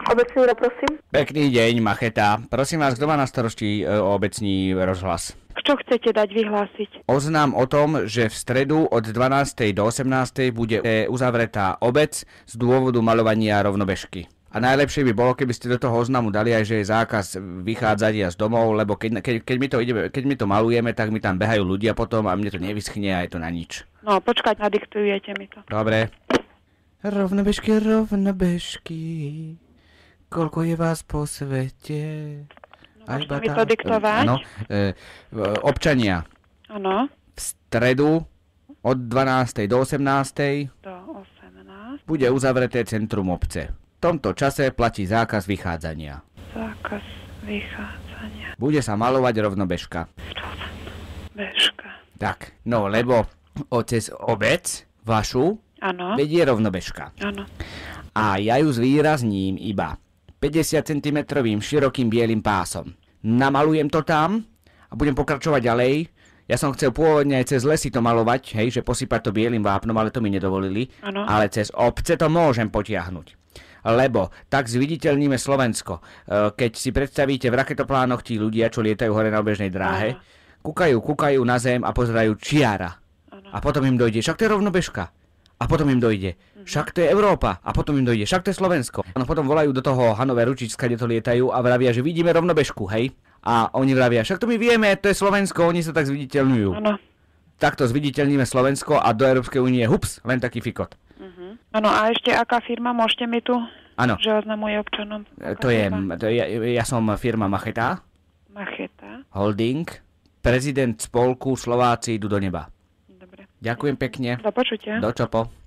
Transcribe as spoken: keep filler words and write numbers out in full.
Obecný, prosím. Pekný deň, Macheta. Prosím vás, kto má na starosti e, obecný rozhlas? Čo chcete dať vyhlásiť? Oznám o tom, že v stredu od dvanástej do osemnástej bude uzavretá obec z dôvodu maľovania rovnobežky. A najlepšie by bolo, keby ste do toho oznamu dali aj, že je zákaz vychádzať a z domov, lebo keď, keď, keď, my to ideme, keď my to malujeme, tak mi tam behajú ľudia potom a mne to nevyschne a je to na nič. No, počkať, nadiktujete mi to. Dobre. Rovnobežky, rovnobežky, koľko je vás po svete? No, môžete mi to diktovať? Áno. E, občania. Áno. V stredu od dvanástej do osemnástej Do osemnástej bude uzavreté centrum obce. V tomto čase platí zákaz vychádzania. Zákaz vychádzania. Bude sa malovať rovnobežka. Bežka. Tak, no lebo o cez obec vašu Áno. vedie rovnobežka. Áno. A ja ju zvýrazním iba päťdesiat centimetrov širokým bielým pásom. Namalujem to tam a budem pokračovať ďalej. Ja som chcel pôvodne aj cez lesy to malovať, hej, že posypať to bielým vápnom, ale to mi nedovolili. Ano. Ale cez obce to môžem potiahnuť. Lebo tak zviditeľníme Slovensko. Keď si predstavíte v raketoplánoch tí ľudia, čo lietajú hore na obežnej dráhe, ano. kúkajú, kúkajú na zem a pozerajú čiara. Ano. A potom im dojde, však to je rovnobežka. A potom im dojde, však to je Európa. A potom im dojde, však to je Slovensko. No potom volajú do toho Hanové ručička, kde to lietajú a vravia, že vidíme rovnobežku, hej? A oni vravia, však to my vieme, to je Slovensko, oni sa tak zviditeľňujú. Áno. Takto zviditeľníme Slovensko a do Európskej únie, hups, len taký fikot. Áno, a ešte aká firma, môžete mi tu, Áno. že oznamuje občanom? To je, to je, ja som firma Macheta. Macheta. Holding, prezident spolku Slováci idú do neba. Dobre. Ďakujem pekne. Do počutia. Do čopo.